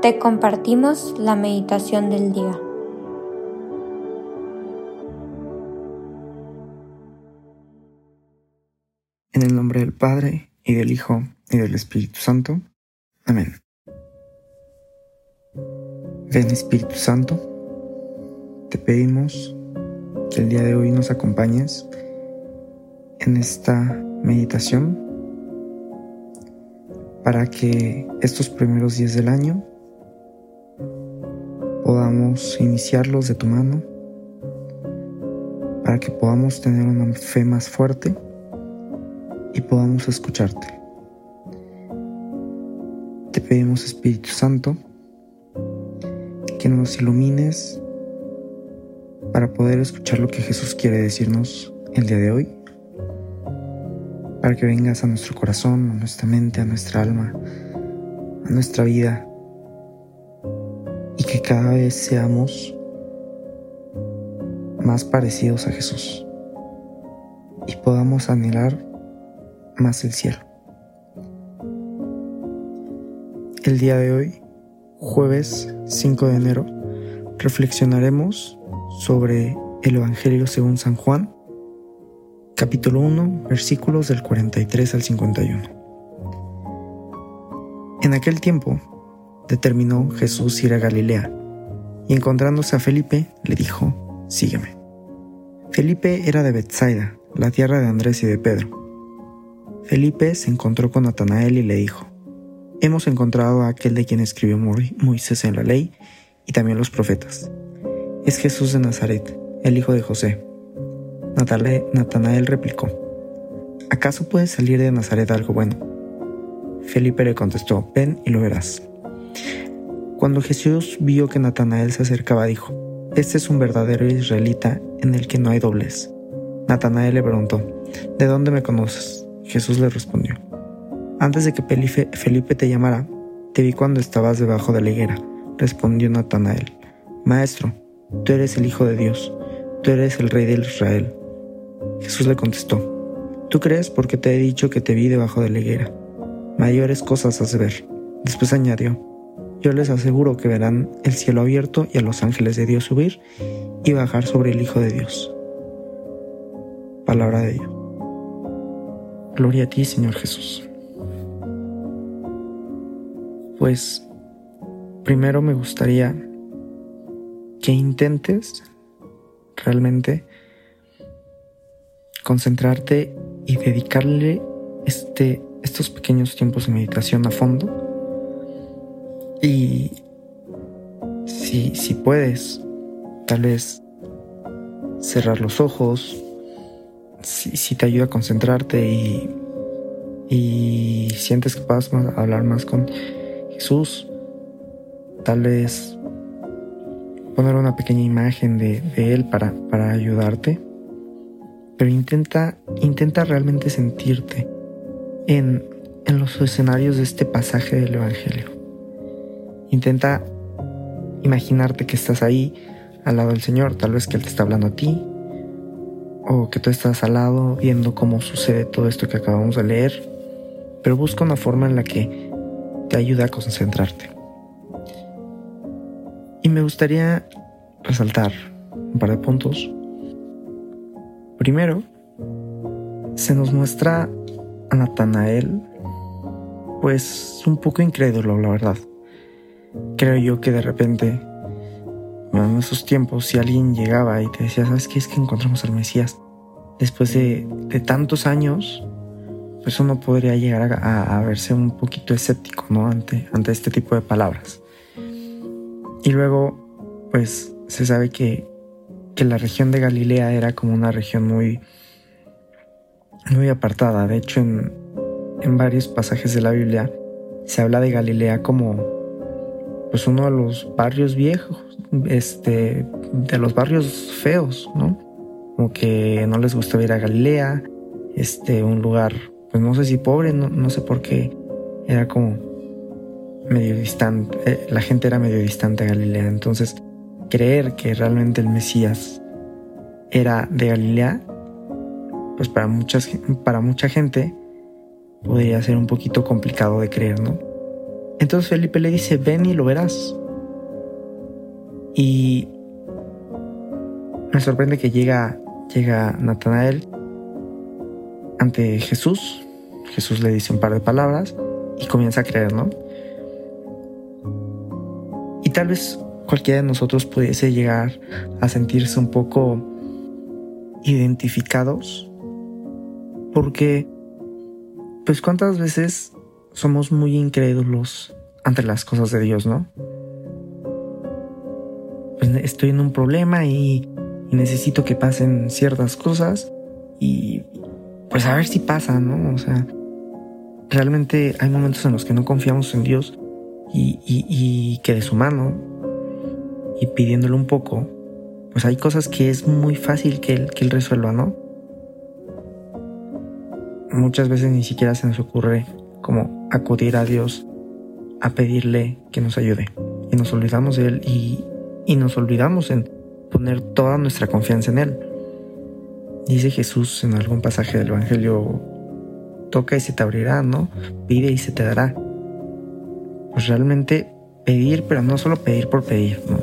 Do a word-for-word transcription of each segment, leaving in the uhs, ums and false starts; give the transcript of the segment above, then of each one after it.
te compartimos la meditación del día. En el nombre del Padre, y del Hijo, y del Espíritu Santo. Amén. Ven, Espíritu Santo, te pedimos que el día de hoy nos acompañes en esta meditación para que estos primeros días del año podamos iniciarlos de tu mano, para que podamos tener una fe más fuerte y podamos escucharte. Te pedimos, Espíritu Santo, que nos ilumines para poder escuchar lo que Jesús quiere decirnos el día de hoy, para que vengas a nuestro corazón, a nuestra mente, a nuestra alma, a nuestra vida, y que cada vez seamos más parecidos a Jesús y podamos anhelar más el cielo. El día de hoy, jueves cinco de enero, reflexionaremos sobre el Evangelio según San Juan, capítulo uno, versículos del cuarenta y tres al cincuenta y uno. En aquel tiempo, determinó Jesús ir a Galilea, y encontrándose a Felipe, le dijo: «Sígueme». Felipe era de Betsaida, la tierra de Andrés y de Pedro. Felipe se encontró con Natanael y le dijo: «Hemos encontrado a aquel de quien escribió Moisés en la ley y también los profetas. Es Jesús de Nazaret, el hijo de José». Natanael replicó: «¿Acaso puede salir de Nazaret algo bueno?». Felipe le contestó: «Ven y lo verás». Cuando Jesús vio que Natanael se acercaba, dijo: «Este es un verdadero israelita en el que no hay doblez». Natanael le preguntó: «¿De dónde me conoces?». Jesús le respondió: «Antes de que Felipe te llamara, te vi cuando estabas debajo de la higuera». Respondió Natanael: «Maestro, tú eres el Hijo de Dios, tú eres el Rey de Israel». Jesús le contestó: «Tú crees porque te he dicho que te vi debajo de la higuera. Mayores cosas has de ver». Después añadió: «Yo les aseguro que verán el cielo abierto y a los ángeles de Dios subir y bajar sobre el Hijo de Dios». Palabra de Dios. Gloria a ti, Señor Jesús. Pues primero me gustaría que intentes realmente concentrarte y dedicarle este, estos pequeños tiempos de meditación a fondo. Y si, si puedes, tal vez cerrar los ojos, si, si te ayuda a concentrarte y, y sientes que vas a hablar más con Jesús, tal vez poner una pequeña imagen de, de Él para, para ayudarte. Pero intenta, intenta realmente sentirte en, en los escenarios de este pasaje del Evangelio. Intenta imaginarte que estás ahí al lado del Señor, tal vez que Él te está hablando a ti, o que tú estás al lado viendo cómo sucede todo esto que acabamos de leer, pero busca una forma en la que te ayude a concentrarte. Y me gustaría resaltar un par de puntos. Primero, se nos muestra a Natanael pues un poco incrédulo, la verdad. Creo yo que de repente, en esos tiempos, si alguien llegaba y te decía: ¿sabes qué? Es que encontramos al Mesías, después de, de tantos años, pues uno podría llegar a, a verse un poquito escéptico, ¿no? Ante, ante este tipo de palabras. Y luego, pues se sabe que, que la región de Galilea era como una región muy, muy apartada. De hecho, en, en varios pasajes de la Biblia se habla de Galilea como pues uno de los barrios viejos, este, de los barrios feos, ¿no? Como que no les gustaba ir a Galilea, este, un lugar, pues no sé si pobre, no, no sé por qué, era como medio distante, eh, la gente era medio distante a Galilea. Entonces, creer que realmente el Mesías era de Galilea, pues para muchas, para mucha gente podría ser un poquito complicado de creer, ¿no? Entonces Felipe le dice, ven y lo verás. Y me sorprende que llega, llega Natanael ante Jesús. Jesús le dice un par de palabras y comienza a creer, ¿no? Y tal vez cualquiera de nosotros pudiese llegar a sentirse un poco identificados, porque pues cuántas veces somos muy incrédulos ante las cosas de Dios, ¿no? Pues estoy en un problema y, y necesito que pasen ciertas cosas y pues a ver si pasa, ¿no? O sea, realmente hay momentos en los que no confiamos en Dios y, y, y que de su mano y pidiéndole un poco, pues hay cosas que es muy fácil que Él, que él resuelva, ¿no? Muchas veces ni siquiera se nos ocurre como acudir a Dios a pedirle que nos ayude. Y nos olvidamos de Él y, y nos olvidamos en poner toda nuestra confianza en Él. Dice Jesús en algún pasaje del Evangelio, toca y se te abrirá, ¿no? Pide y se te dará. Pues realmente pedir, pero no solo pedir por pedir, ¿no?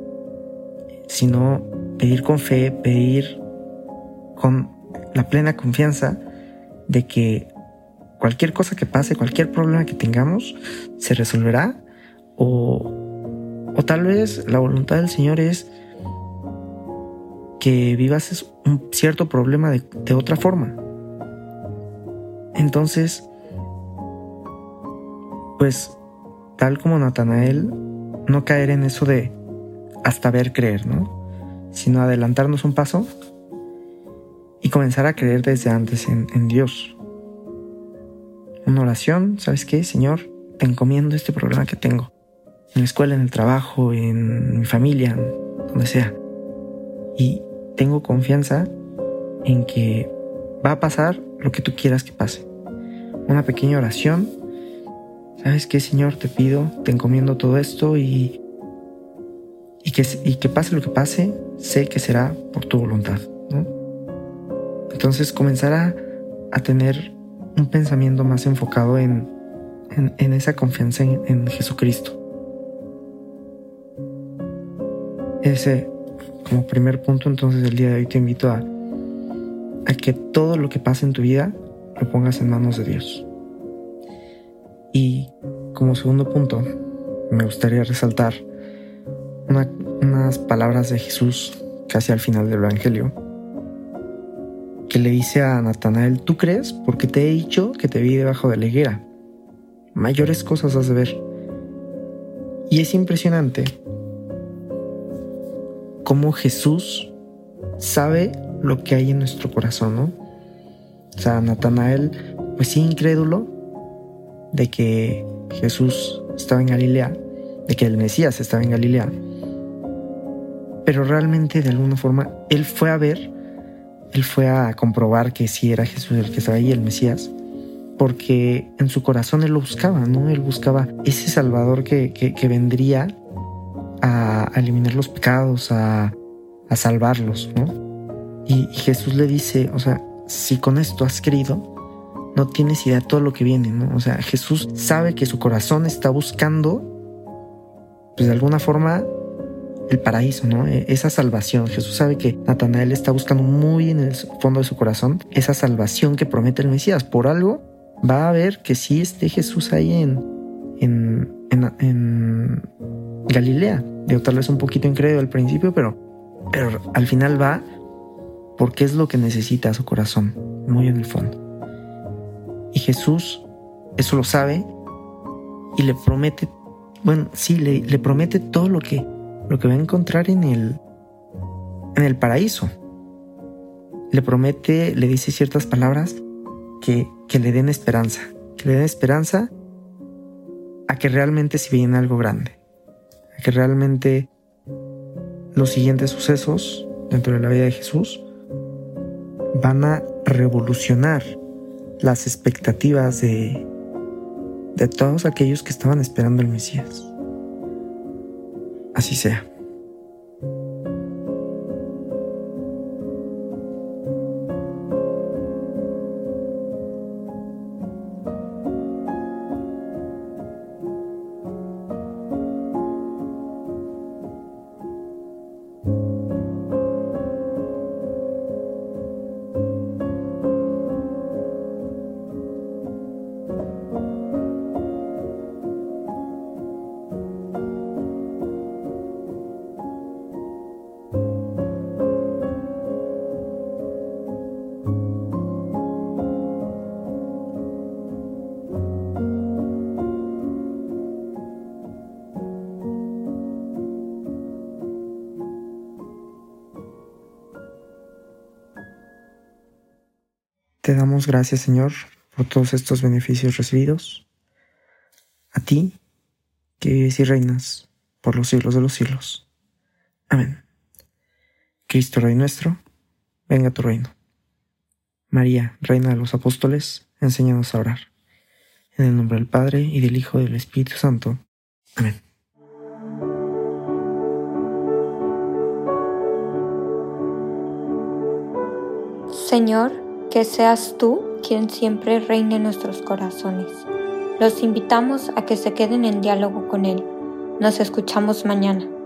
Sino pedir con fe, pedir con la plena confianza de que cualquier cosa que pase, cualquier problema que tengamos, se resolverá o, o tal vez la voluntad del Señor es que vivas un cierto problema de, de otra forma. Entonces, pues, tal como Natanael, no caer en eso de hasta ver creer, ¿no? Sino adelantarnos un paso y comenzar a creer desde antes en, en Dios. Una oración, ¿sabes qué? Señor, te encomiendo este problema que tengo. En la escuela, en el trabajo, en mi familia, donde sea. Y tengo confianza en que va a pasar lo que tú quieras que pase. Una pequeña oración. ¿Sabes qué, Señor? Te pido, te encomiendo todo esto y, y, que, y que pase lo que pase, sé que será por tu voluntad, ¿no? Entonces comenzar a, a tener un pensamiento más enfocado en, en, en esa confianza en, en Jesucristo. Ese, como primer punto, entonces el día de hoy te invito a, a que todo lo que pase en tu vida lo pongas en manos de Dios. Y como segundo punto, me gustaría resaltar una, unas palabras de Jesús casi al final del Evangelio, que le dice a Natanael, ¿tú crees? Porque te he dicho que te vi debajo de la higuera. Mayores cosas has de ver. Y es impresionante cómo Jesús sabe lo que hay en nuestro corazón, ¿no? O sea, Natanael, pues sí, incrédulo de que Jesús estaba en Galilea, de que el Mesías estaba en Galilea, pero realmente de alguna forma él fue a ver, él fue a comprobar que sí era Jesús el que estaba ahí, el Mesías, porque en su corazón él lo buscaba, ¿no? Él buscaba ese Salvador que, que, que vendría a eliminar los pecados, a, a salvarlos, ¿no? Y, y Jesús le dice, o sea, si con esto has creído, no tienes idea de todo lo que viene, ¿no? O sea, Jesús sabe que su corazón está buscando, pues de alguna forma, el paraíso, ¿no? Esa salvación. Jesús sabe que Natanael está buscando muy en el fondo de su corazón esa salvación que promete el Mesías. Por algo va a ver que sí esté Jesús ahí en, en, en, en Galilea. Digo, tal vez un poquito incrédulo al principio, pero, pero al final va porque es lo que necesita su corazón, muy en el fondo. Y Jesús eso lo sabe y le promete, bueno, sí, le, le promete todo lo que, lo que va a encontrar en el, en el paraíso. Le promete, le dice ciertas palabras que, que le den esperanza, que le den esperanza a que realmente se viene algo grande, a que realmente los siguientes sucesos dentro de la vida de Jesús van a revolucionar las expectativas de, de todos aquellos que estaban esperando el Mesías. Así sea. te damos gracias, Señor, por todos estos beneficios recibidos. A ti, que vives y reinas por los siglos de los siglos. Amén. Cristo, Rey nuestro, venga a tu reino. María, Reina de los Apóstoles, enséñanos a orar. En el nombre del Padre, y del Hijo, y del Espíritu Santo. Amén. Señor, que seas tú quien siempre reine en nuestros corazones. Los invitamos a que se queden en diálogo con Él. Nos escuchamos mañana.